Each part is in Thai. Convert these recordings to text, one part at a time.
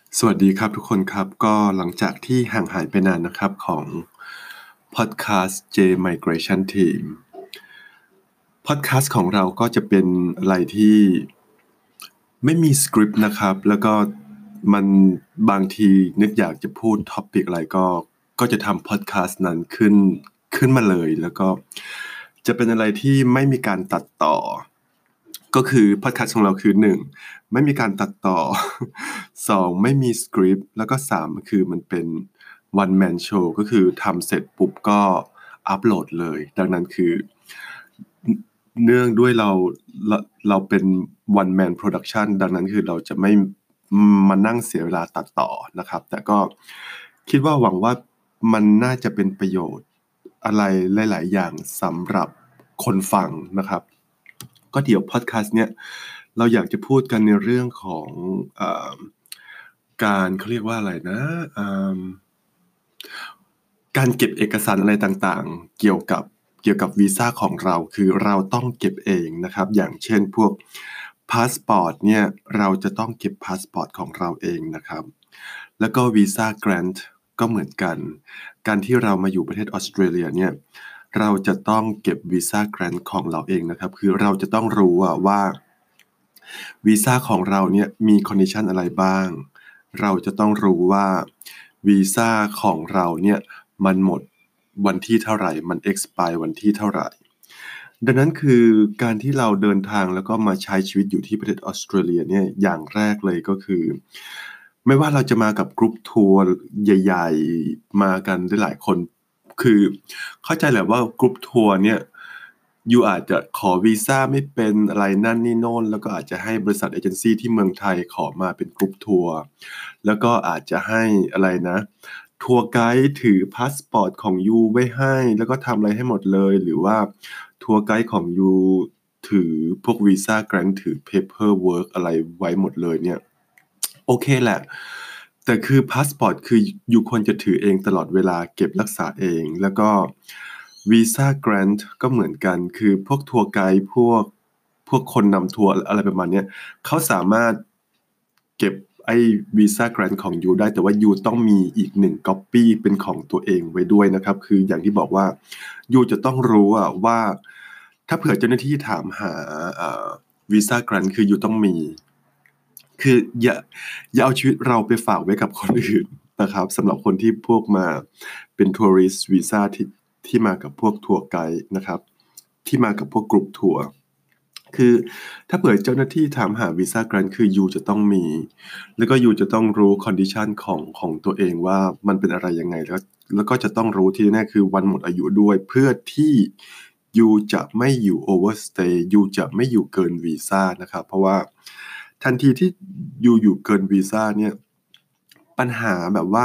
สวัสดีครับทุกคนครับก็หลังจากที่ห่างหายไปนานนะครับของพอดแคสต์ J Migration Team พอดแคสต์ของเราก็จะเป็นอะไรที่ไม่มีสคริปต์นะครับแล้วก็มันบางทีนึกอยากจะพูดท็อปิกอะไรก็จะทำพอดแคสต์นั้นขึ้นมาเลยแล้วก็จะเป็นอะไรที่ไม่มีการตัดต่อ ก็คือพอดแคสต์ของเราคือ1ไม่มีการตัดต่อ2ไม่มีสคริปต์แล้วก็3คือมันเป็น one man show ก็คือทำเสร็จปุ๊บก็อัปโหลดเลยดังนั้นคือเนื่องด้วยเราเป็น one man production ดังนั้นคือเราจะไม่มานั่งเสียเวลาตัดต่อนะครับแต่ก็คิดว่าหวังว่ามันน่าจะเป็นประโยชน์อะไรหลายๆอย่างสำหรับคนฟังนะครับ ก็เดี๋ยวพอดแคสต์เนี่ยเราอยากจะพูดกันในเรื่องของเออการเขาเรียกว่าอะไรนะการเก็บเอกสารอะไรต่างๆเกี่ยวกับวีซ่าของเราคือเราต้องเก็บเองนะครับอย่างเช่นพวกพาสปอร์ตเนี่ยเราจะต้องเก็บพาสปอร์ตของเราเองนะครับแล้วก็วีซ่าแกรนต์ก็เหมือนกันการที่เรามาอยู่ประเทศออสเตรเลียเนี่ยเราจะต้องเก็บวีซ่าแกรนต์ของเราเองนะครับคือเราจะต้องรู้ว่าวีซ่าของเราเนี่ยมีคอนดิชันอะไรบ้างเราจะต้องรู้ว่าวีซ่าของเราเนี่ยมันหมดวันที่เท่าไหร่มัน expire วันที่เท่าไหร่ดังนั้นคือการที่เราเดินทางแล้วก็มาใช้ชีวิตอยู่ที่ประเทศออสเตรเลียเนี่ยอย่างแรกเลยก็คือไม่ว่าเราจะมากับกรุ๊ปทัวร์ใหญ่ๆมากันได้หลายคนคือเข้าใจแหละว่ากรุ๊ปทัวร์เนี่ยอยู่อาจจะขอวีซ่าไม่เป็นอะไรนั่นนี่โน่นแล้วก็อาจจะให้บริษัทเอเจนซี่ที่เมืองไทยขอมาเป็นกรุ๊ปทัวร์แล้วก็อาจจะให้อะไรนะทัวร์ไกด์ถือพาสปอร์ตของยูไว้ให้แล้วก็ทำอะไรให้หมดเลยหรือว่าทัวร์ไกด์ของยูถือพวกวีซ่าแกรนท์ถือ paperwork อะไรไว้หมดเลยเนี่ยโอเคแหละแต่คือพาสปอร์ตคือยูควรจะถือเองตลอดเวลาเก็บรักษาเองแล้วก็วีซ่าแกรนท์ก็เหมือนกันคือพวกทัวร์ไกด์พวกคนนำทัวร์อะไรประมาณเนี้ยเขาสามารถเก็บไอ้วีซ่าแกรนท์ของยูได้แต่ว่ายูต้องมีอีก1ก๊อปปี้เป็นของตัวเองไว้ด้วยนะครับคืออย่างที่บอกว่ายูจะต้องรู้ว่าถ้าเผื่อเจ้าหน้าที่ถามหาวีซ่าแกรนท์คือยูต้องมีคืออย่าเอาชีวิตเราไปฝากไว้กับคนอื่นนะครับสำหรับคนที่พวกมาเป็นทัวริสต์วีซ่าที่มากับพวกทัวร์ไกด์นะครับที่มากับพวกกลุ่มทัวร์คือถ้าเผื่อเจ้าหน้าที่ถามหาวีซ่าแกรนท์คือยูจะต้องมีแล้วก็ยูจะต้องรู้คอนดิชันของตัวเองว่ามันเป็นอะไรยังไงแล้วก็จะต้องรู้ที่แน่คือวันหมดอายุด้วยเพื่อที่ยูจะไม่อยู่โอเวอร์สเตย์ยูจะไม่อยู่เกินวีซ่านะครับเพราะว่าทันทีที่ยูอยู่เกินวีซ่าเนี่ยปัญหาแบบว่า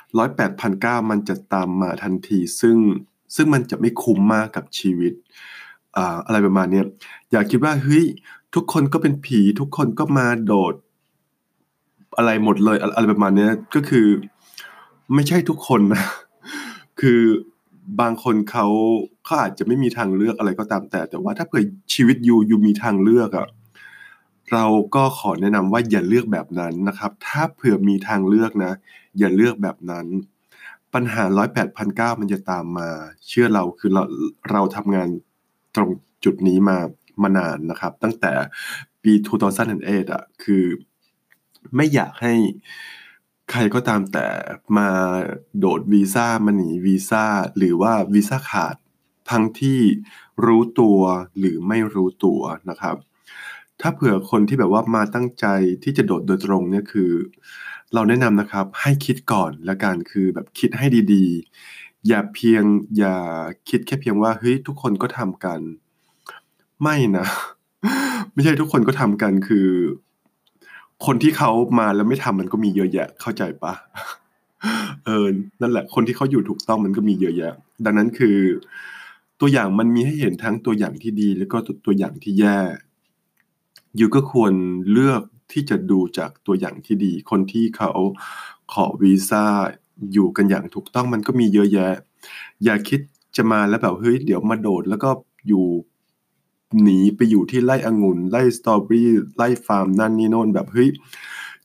108,900มันจะตามมาทันทีซึ่งมันจะไม่คุ้มมากกับชีวิตอะไรประมาณเนี้ยอย่าคิดว่าเฮ้ยทุกคนก็เป็นผีทุกคนก็มาโดดอะไรหมดเลยอะไรประมาณเนี้ยก็คือไม่ใช่ทุกคนนะคือบางคนเขาอาจจะไม่มีทางเลือกอะไรก็ตามแต่ว่าถ้าเผื่อชีวิตยูมีทางเลือกเราก็ขอแนะนำว่าอย่าเลือกแบบนั้นนะครับถ้าเผื่อมีทางเลือกนะอย่าเลือกแบบนั้นปัญหา108,900มันจะตามมาเชื่อเราคือเราทำงานตรงจุดนี้มานานนะครับตั้งแต่ปี2008คือไม่อยากให้ใครก็ตามแต่มาโดดวีซ่ามาหนีวีซ่าหรือว่าวีซ่าขาดทั้งที่รู้ตัวหรือไม่รู้ตัวนะครับถ้าเผื่อคนที่แบบว่ามาตั้งใจที่จะโดดโดยตรงเนี่ยคือเราแนะนำนะครับให้คิดก่อนละกันคือแบบคิดให้ดีๆอย่าคิดแค่เพียงว่าเฮ้ยทุกคนก็ทำกันไม่นะไม่ใช่ทุกคนก็ทำกันคือคนที่เขามาแล้วไม่ทำมันก็มีเยอะแยะเข้าใจปะนั่นแหละคนที่เขาอยู่ถูกต้องมันก็มีเยอะแยะดังนั้นคือตัวอย่างมันมีให้เห็นทั้งตัวอย่างที่ดีแล้วก็ตัวอย่างที่แย่ ยูก็ควรเลือกที่จะดูจากตัวอย่างที่ดีคนที่เขาขอวีซ่าอยู่กันอย่างถูกต้องมันก็มีเยอะแยะอย่าคิดจะมาแล้วแบบเฮ้ยเดี๋ยวมาโดดแล้วก็อยู่หนีไปอยู่ที่ไร่องุ่นไร่สตรอเบอรี่ไร่ฟาร์มนั่นนี่โน่นแบบเฮ้ย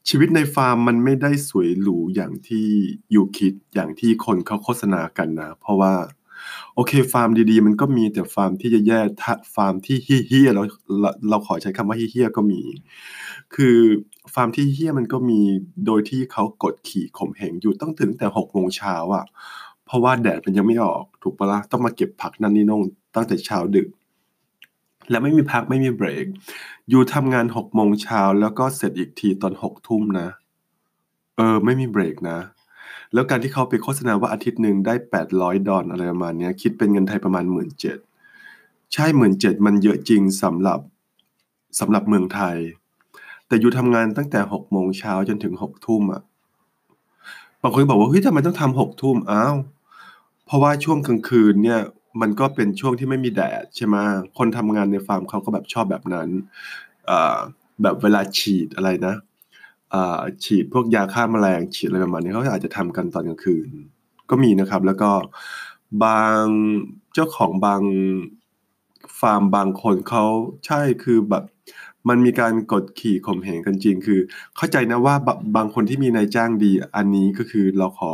ชีวิตในฟาร์มมันไม่ได้สวยหรูอย่างที่อยู่คิดอย่างที่คนเขาโฆษณากันนะเพราะว่าโอเคฟาร์มดีๆมันก็มีแต่ฟาร์มที่แย่ๆถ้าฟาร์มที่เหี้ยๆเราขอใช้คำว่าเหี้ยๆก็มีคือฟาร์มที่เหี้ยมันก็มีโดยที่เขากดขี่ข่มเหงอยู่ต้องตื่นตั้งแต่6 โมงเช้าอ่ะเพราะว่าแดดมันยังไม่ออกถูกปะล่ะต้องมาเก็บผักนั่นนี่โน่นตั้งแต่เช้าดึกและไม่มีพักไม่มีเบรกอยู่ทำงาน6 โมงเช้าแล้วก็เสร็จอีกทีตอน6 ทุ่มนะไม่มีเบรกนะแล้วการที่เขาไปโฆษณาว่าอาทิตย์หนึ่งได้$800อะไรประมาณเนี้ยคิดเป็นเงินไทยประมาณ17,000ใช่17,000มันเยอะจริงสำหรับเมืองไทยแต่อยู่ทำงานตั้งแต่6 โมงเช้าจนถึง6 ทุ่มอ่ะบางคนบอกว่าเฮ้ยทำไมต้องทำ6 ทุ่มอ้าวเพราะว่าช่วงกลางคืนเนี่ยมันก็เป็นช่วงที่ไม่มีแดดใช่ไหมคนทำงานในฟาร์มเขาก็แบบชอบแบบนั้นอ่าแบบเวลาฉีดอะไรนะ ฉีดพวกยาฆ่าแมลงฉีดอะไรประมาณนี้เขาอาจจะทำกันตอนกลางคืนก็มีนะครับแล้วก็บางเจ้าของบางฟาร์มบางคนเขาใช่คือแบบมันมีการกดขี่ข่มเหงกันจริงคือเข้าใจนะว่าบางคนที่มีนายจ้างดีอันนี้ก็คือ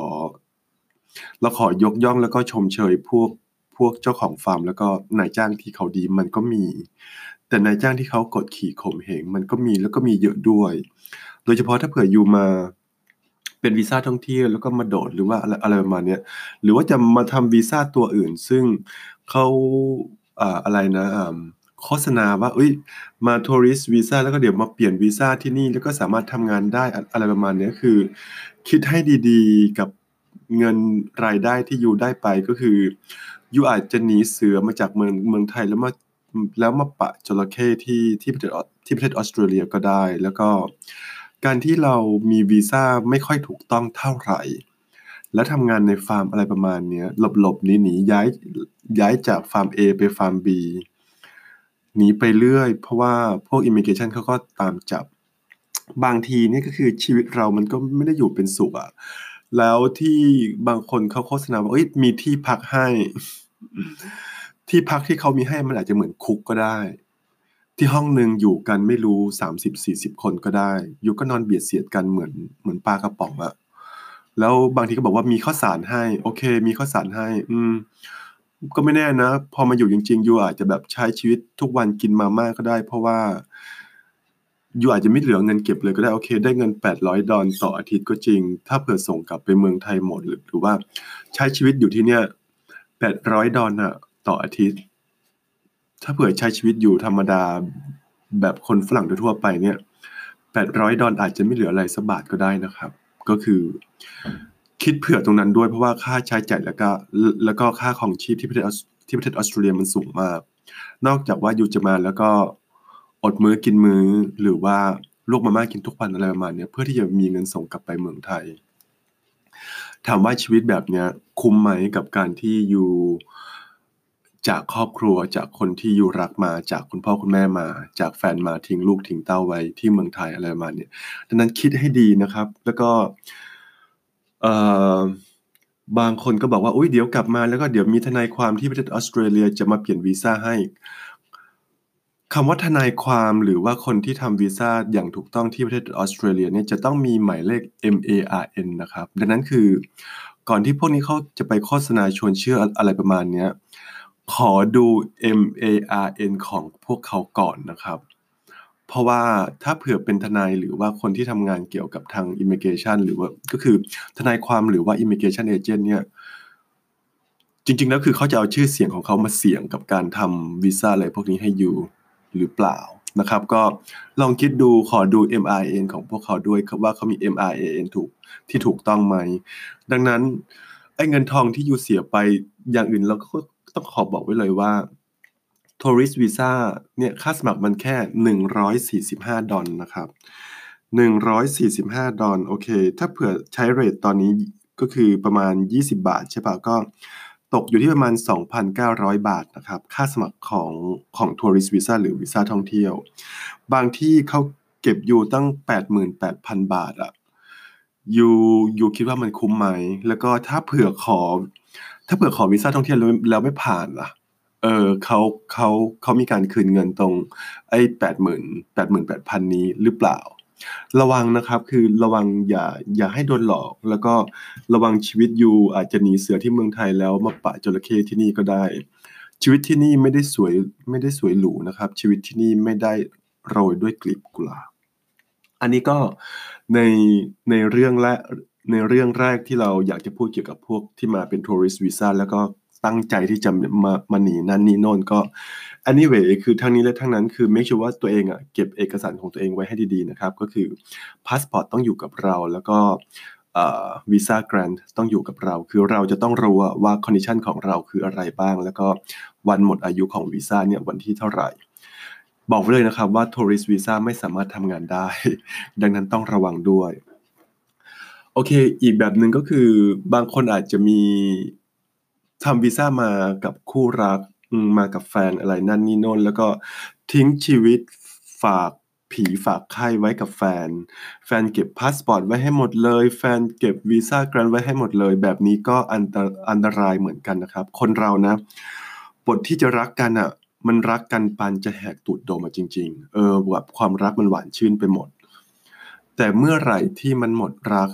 เราขอยกย่องแล้วก็ชมเชยพวกเจ้าของฟาร์มแล้วก็นายจ้างที่เขาดีมันก็มีแต่นายจ้างที่เขากดขี่ข่มเหงมันก็มีแล้วก็มีเยอะด้วย โดยเฉพาะถ้าเผื่ออยู่มาเป็นวีซ่าท่องเที่ยวแล้วก็มาโดดหรือว่าอะไรประมาณเนี้ยหรือว่าจะมาทำวีซ่าตัวอื่นซึ่งเขาอะไรนะโฆษณาว่าเอ้ยมาทัวริสต์วีซ่าแล้วก็เดี๋ยวมาเปลี่ยนวีซ่าที่นี่แล้วก็สามารถทำงานได้อะไรประมาณเนี้ยคือคิดให้ดีๆกับเงินรายได้ที่อยู่ได้ไปก็คืออยู่อาจจะหนีเสือมาจากเมืองไทยแล้วมาปะจระเข้ที่ประเทศออสเตรเลียก็ได้แล้วก็การที่เรามีวีซ่าไม่ค่อยถูกต้องเท่าไหร่แล้วทำงานในฟาร์มอะไรประมาณเนี้ยหลบหนีย้ายจากฟาร์ม A ไปฟาร์ม B หนีไปเรื่อยเพราะว่าพวกอิมิเกชันเขาก็ตามจับบางทีเนี่ยก็คือชีวิตเรามันก็ไม่ได้อยู่เป็นสุขอะแล้วที่บางคนเขาโฆษณาว่าเอ้ยมีที่พักให้ที่พักที่เขามีให้มันอาจจะเหมือนคุกก็ได้ที่ห้องหนึ่งอยู่กันไม่รู้30-40คนก็ได้อยู่ก็นอนเบียดเสียดกันเหมือนปลากระป๋องอะแล้วบางทีก็บอกว่ามีข้าวสารให้โอเคมีข้าวสารให้ก็ไม่แน่นะพอมาอยู่จริงๆอยู่อาจจะแบบใช้ชีวิตทุกวันกินมาม่าก็ได้เพราะว่าอยู่อาจจะไม่เหลือเงินเก็บเลยก็ได้โอเคได้เงิน$800ต่ออาทิตย์ก็จริงถ้าเผื่อส่งกลับไปเมืองไทยหมดหรือว่าใช้ชีวิตอยู่ที่เนี่ย$800อะต่ออาทิตย์ ถ้าเผื่อใช้ชีวิตอยู่ธรรมดาแบบคนฝรั่งทั่วๆไปเนี่ย$800อาจจะไม่เหลืออะไรสักบาทก็ได้นะครับก็คือคิดเผื่อตรงนั้นด้วยเพราะว่าค่าใช้จ่ายแล้วก็ค่าครองชีพที่ประเทศออสเตรเลียมันสูงมากนอกจากว่าอยู่จะมาแล้วก็อดมื้อกินมื้อหรือว่าลวกมาม่ากินทุกวันอะไรประมาณเนี้ยเพื่อที่จะมีเงินส่งกลับไปเมืองไทยถามว่าชีวิตแบบเนี้ยคุ้มไหมกับการที่อยู่ จากครอบครัวจากคนที่อยู่รักมาจากคุณพ่อคุณแม่มาจากแฟนมาทิ้งลูกทิ้งเต้าไว้ที่เมืองไทยอะไรประมาณเนี้ยดังนั้นคิดให้ดีนะครับแล้วก็เอ่อบางคนก็บอกว่าอุ๊ยเดี๋ยวกลับมาแล้วก็เดี๋ยวมีทนายความที่ประเทศออสเตรเลียจะมาเปลี่ยนวีซ่าให้คำว่าทนายความหรือว่าคนที่ทำวีซ่าอย่างถูกต้องที่ประเทศออสเตรเลียเนี่ยจะต้องมีหมายเลข MARN นะครับดังนั้นคือก่อนที่พวกนี้เขาจะไปโฆษณาชวนเชื่ออะไรประมาณเนี้ย ขอดู MARN ของพวกเขาก่อนนะครับเพราะว่าถ้าเผื่อเป็นทนายหรือว่าคนที่ทำงานเกี่ยวกับทาง Immigration หรือว่าก็คือทนายความหรือว่า Immigration Agent เนี่ยจริงๆแล้วคือเขาจะเอาชื่อเสียงของเขามาเสี่ยงกับการทำวีซ่าอะไรพวกนี้ให้อยู่หรือเปล่านะครับก็ลองคิดดูขอดู MRN ของพวกเขาด้วยครับว่าเขามี MRN ที่ถูกต้องไหมดังนั้นไอ้เงินทองที่อยู่เสียไปอย่างอื่นเราก็ต้องขอบอกไว้เลยว่า Tourist Visa เนี่ยค่าสมัครมันแค่$145นะครับ$145โอเคถ้าเผื่อใช้เรทตอนนี้ก็คือประมาณ20 บาทใช่ป่ะก็ตกอยู่ที่ประมาณ2,900 บาทนะครับค่าสมัครของ Tourist Visa หรือวีซ่าท่องเที่ยวบางที่เขาเก็บอยู่ตั้ง88,000 บาทอะยูคิดว่ามันคุ้มไหมแล้วก็ถ้าเผื่อขอวีซ่าท่องเที่ยวแล้วไม่ผ่านล่ะเขามีการคืนเงินตรงไอ้88,000นี้หรือเปล่าระวังนะครับคือระวังอย่าให้โดนหลอกแล้วก็ระวังชีวิตยูอาจจะหนีเสือที่เมืองไทยแล้วมาปะจระเข้ที่นี่ก็ได้ชีวิตที่นี่ไม่ได้สวยหรูนะครับชีวิตที่นี่ไม่ได้โรยด้วยกลีบกุหลาบอันนี้ก็ในในเรื่องแรกในเรื่องแรกที่เราอยากจะพูดเกี่ยวกับพวกที่มาเป็นทัวริสต์วีซ่าแล้วก็ตั้งใจที่จะมาหนีนั่นนี่โน่นก็ anyway คือทั้งนี้และทั้งนั้นคือ make sure ว่าตัวเองเก็บเอกสารของตัวเองไว้ให้ดีๆนะครับก็คือพาสปอร์ตต้องอยู่กับเราแล้วก็วีซ่าแกรนด์ต้องอยู่กับเราคือเราจะต้องรู้ว่าคอนดิชันของเราคืออะไรบ้างแล้วก็วันหมดอายุของวีซ่าเนี่ยวันที่เท่าไหร่บอกไว้เลยนะครับว่าทัวริสต์วีซ่าไม่สามารถทำงานได้ดังนั้นต้องระวังด้วยโอเคอีกแบบหนึ่งก็คือบางคนอาจจะมีทำวีซ่ามากับคู่รักมากับแฟนอะไรนั่นนี่โน่นแล้วก็ทิ้งชีวิตฝากผีฝากไข้ไว้กับแฟนเก็บพาสปอร์ตไว้ให้หมดเลยแฟนเก็บวีซ่าแกรนด์ไว้ให้หมดเลยแบบนี้ก็อันตรายเหมือนกันนะครับคนเรานะบทที่จะรักกันมันรักกันปานจะแหกตูดโดมาจริงๆแบบความรักมันหวานชื่นไปหมดแต่เมื่อไหร่ที่มันหมดรัก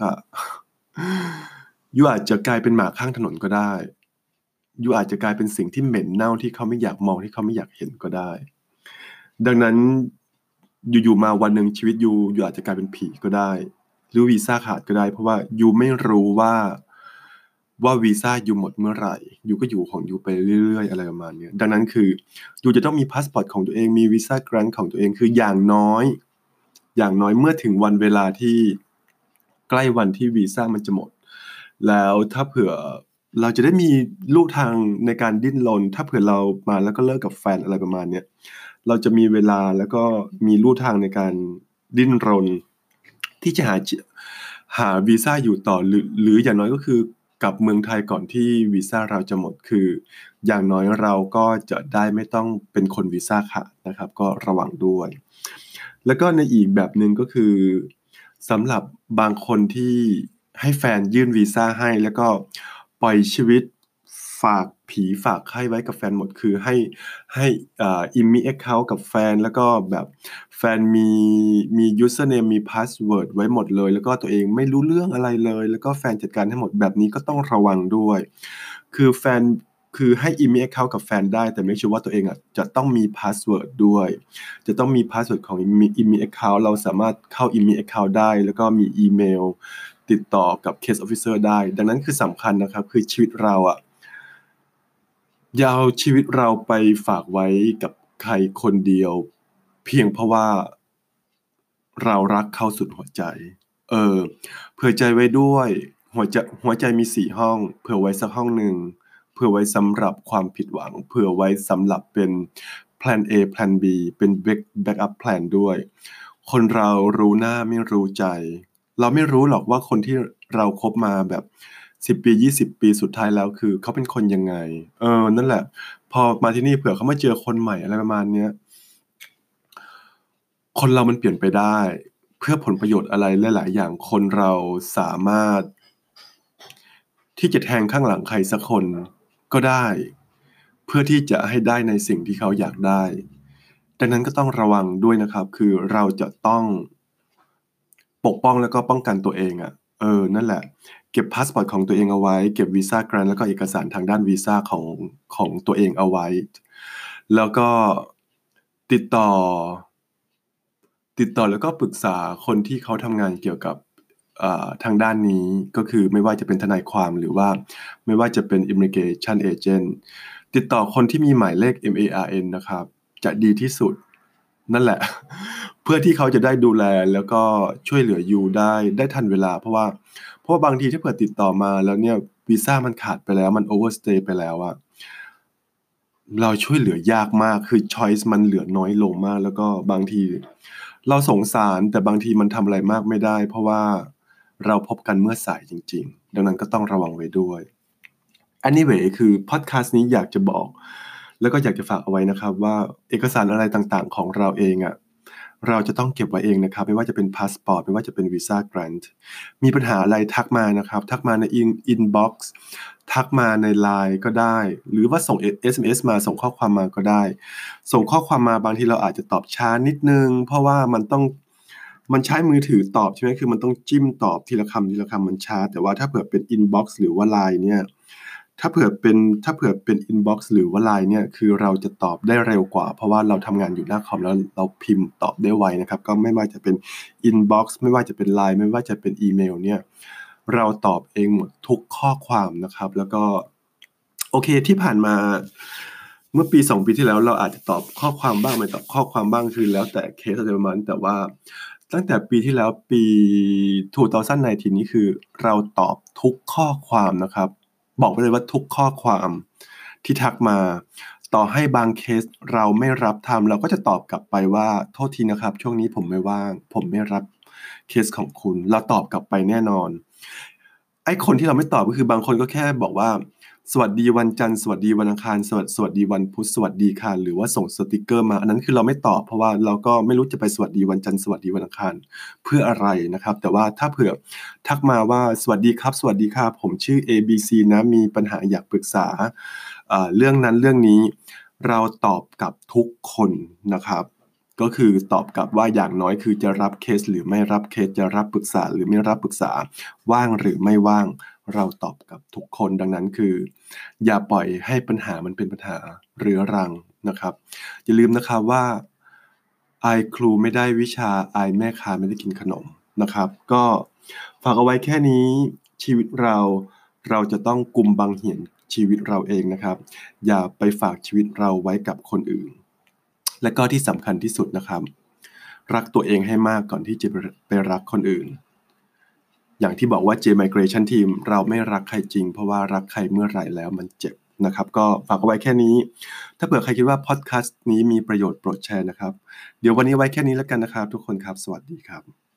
ยูอาจจะกลายเป็นหมาข้างถนนก็ได้ยูอาจจะกลายเป็นสิ่งที่เหม็นเน่าที่เขาไม่อยากมองที่เขาไม่อยากเห็นก็ได้ดังนั้นอยู่ๆมาวันหนึ่งชีวิตยูอาจจะกลายเป็นผีก็ได้หรือวีซ่าขาดก็ได้เพราะว่ายูไม่รู้ว่าวีซ่ายูหมดเมื่อไหร่ยูก็อยู่ของยูไปเรื่อยๆอะไรประมาณนี้ดังนั้นคือยูจะต้องมีพาสปอร์ตของตัวเองมีวีซ่าแกรนด์ของตัวเองคืออย่างน้อยเมื่อถึงวันเวลาที่ใกล้วันที่วีซ่ามันจะหมดแล้วถ้าเผื่อเราจะได้มีลู่ทางในการดิ้นรนถ้าเผื่อเรามาแล้วก็เลิกกับแฟนอะไรประมาณเนี้ยเราจะมีเวลาแล้วก็มีลู่ทางในการดิ้นรนที่จะหาวีซ่าอยู่ต่อหรืออย่างน้อยก็คือกลับเมืองไทยก่อนที่วีซ่าเราจะหมดคืออย่างน้อยเราก็จะได้ไม่ต้องเป็นคนวีซ่าขาดนะครับก็ระวังด้วยแล้วก็ในอีกแบบหนึ่งก็คือสำหรับบางคนที่ให้แฟนยื่นวีซ่าให้แล้วก็ปล่อยชีวิตฝากผีฝากไข้ไว้กับแฟนหมดคือให้อิมมี่ account กับแฟนแล้วก็แบบแฟนมี username มี password ไว้หมดเลยแล้วก็ตัวเองไม่รู้เรื่องอะไรเลยแล้วก็แฟนจัดการให้หมดแบบนี้ก็ต้องระวังด้วยคือแฟนคือให้ อิมมี่ account กับแฟนได้แต่ make sure ว่าตัวเองจะต้องมี password ด้วยจะต้องมี password ของ อิมมี่ account เราสามารถเข้า อิมมี่ account ได้แล้วก็มีอีเมลติดต่อกับ case officer ได้ดังนั้นคือสำคัญนะครับคือชีวิตเราอยาเอาชีวิตเราไปฝากไว้กับใครคนเดียวเพียงเพราะว่าเรารักเขาสุดหัวใจเออเผื่อใจไว้ด้วยหัวใจมี4 ห้องเผื่อไว้สักห้องหนึ่งเผื่อไว้สำหรับความผิดหวังเผื่อไว้สำหรับเป็น plan A plan B เป็น backup plan ด้วยคนเรารู้หน้าไม่รู้ใจเราไม่รู้หรอกว่าคนที่เราคบมาแบบ10 ปี20 ปีสุดท้ายแล้วคือเขาเป็นคนยังไงนั่นแหละพอมาที่นี่เผื่อเขามาเจอคนใหม่อะไรประมาณเนี้ยคนเรามันเปลี่ยนไปได้เพื่อผลประโยชน์อะไรหลายๆอย่างคนเราสามารถที่จะแทงข้างหลังใครสักคนก็ได้เพื่อที่จะให้ได้ในสิ่งที่เขาอยากได้ดังนั้นก็ต้องระวังด้วยนะครับคือเราจะต้องปกป้องแล้วก็ป้องกันตัวเองนั่นแหละเก็บพาสปอร์ตของตัวเองเอาไว้เก็บวีซ่าแกรนด์แล้วก็เอกสารทางด้านวีซ่าของตัวเองเอาไว้แล้วก็ติดต่อ แล้วก็ปรึกษาคนที่เขาทำงานเกี่ยวกับทางด้านนี้ก็คือไม่ว่าจะเป็นทนายความหรือว่าไม่ว่าจะเป็น Immigration Agent ติดต่อคนที่มีหมายเลข MARN นะครับจะดีที่สุดนั่นแหละเพื่อที่เขาจะได้ดูแลแล้วก็ช่วยเหลืออยู่ได้ทันเวลาเพราะว่าบางทีถ้าเกิดติดต่อมาแล้วเนี่ยวีซ่ามันขาดไปแล้วมัน overstay ไปแล้วเราช่วยเหลือยากมากคือ choice มันเหลือน้อยลงมากแล้วก็บางทีเราสงสารแต่บางทีมันทำอะไรมากไม่ได้เพราะว่าเราพบกันเมื่อสายจริงๆดังนั้นก็ต้องระวังไว้ด้วย anyway คือพอดแคสต์นี้อยากจะบอกแล้วก็อยากจะฝากเอาไว้นะครับว่าเอกสารอะไรต่างๆของเราเองเราจะต้องเก็บไว้เองนะครับไม่ว่าจะเป็นพาสปอร์ตไม่ว่าจะเป็นวีซ่าแกรนต์มีปัญหาอะไรทักมานะครับทักมาในอินบ็อกซ์ทักมาใน LINE ก็ได้หรือว่าส่ง SMS มาส่งข้อความมาก็ได้ส่งข้อความมาบางทีเราอาจจะตอบช้านิดนึงเพราะว่ามันใช้มือถือตอบใช่ไหมคือมันต้องจิ้มตอบทีละคำทีละคำมันช้าแต่ว่าถ้าเผื่อเป็น inbox หรือว่า LINE เนี่ยถ้าเผื่อเป็นinbox หรือว่า LINE เนี่ยคือเราจะตอบได้เร็วกว่าเพราะว่าเราทำงานอยู่หน้าคอมแล้วเราพิมพ์ตอบได้ไวนะครับก็ไม่ว่าจะเป็น inbox ไม่ว่าจะเป็น LINE ไม่ว่าจะเป็นอีเมลเนี่ยเราตอบเองหมดทุกข้อความนะครับแล้วก็โอเคที่ผ่านมาเมื่อปี2 ปีที่แล้วเราอาจจะตอบข้อความบ้างไม่ตอบข้อความบ้างคือแล้วแต่เคสอะไรประมาณนั้นแต่ว่าตั้งแต่ปีที่แล้วปี2019นี่คือเราตอบทุกข้อความนะครับบอกไปเลยว่าทุกข้อความที่ทักมาต่อให้บางเคสเราไม่รับทำเราก็จะตอบกลับไปว่าโทษทีนะครับช่วงนี้ผมไม่ว่างผมไม่รับเคสของคุณเราตอบกลับไปแน่นอนไอ้คนที่เราไม่ตอบก็คือบางคนก็แค่บอกว่าสวัสดีวันจันทร์สวัสดีวันอังคารสวัสดีวันพุธสวัสดีค่ะหรือว่าส่งสติกเกอร์มาอันนั้นคือเราไม่ตอบเพราะว่าเราก็ไม่รู้จะไปสวัสดีวันจันทร์สวัสดีวันอังคารเพื่ออะไรนะครับแต่ว่าถ้าเผื่อทักมาว่าสวัสดีครับสวัสดีค่ะผมชื่อ ABC นะมีปัญหาอยากปรึกษาเรื่องนั้นเรื่องนี้เราตอบกับทุกคนนะครับก็คือตอบกลับว่าอย่างน้อยคือจะรับเคสหรือไม่รับเคสจะรับปรึกษาหรือไม่รับปรึกษาว่างหรือไม่ว่างเราตอบกับทุกคนดังนั้นคืออย่าปล่อยให้ปัญหามันเป็นปัญหาเรื้อรังนะครับอย่าลืมนะครับว่าอายครูไม่ได้วิชาอายแม่ค้าไม่ได้กินขนมนะครับก็ฝากเอาไว้แค่นี้ชีวิตเราจะต้องกุมบังเหียนชีวิตเราเองนะครับอย่าไปฝากชีวิตเราไว้กับคนอื่นและก็ที่สำคัญที่สุดนะครับรักตัวเองให้มากก่อนที่จะไปรักคนอื่นอย่างที่บอกว่า J Migration Team เราไม่รักใครจริงเพราะว่ารักใครเมื่อไหร่แล้วมันเจ็บนะครับก็ฝากเอาไว้แค่นี้ถ้าเผื่อใครคิดว่าพอดแคสต์นี้มีประโยชน์โปรดแชร์นะครับเดี๋ยววันนี้ไว้แค่นี้แล้วกันนะครับทุกคนครับสวัสดีครับ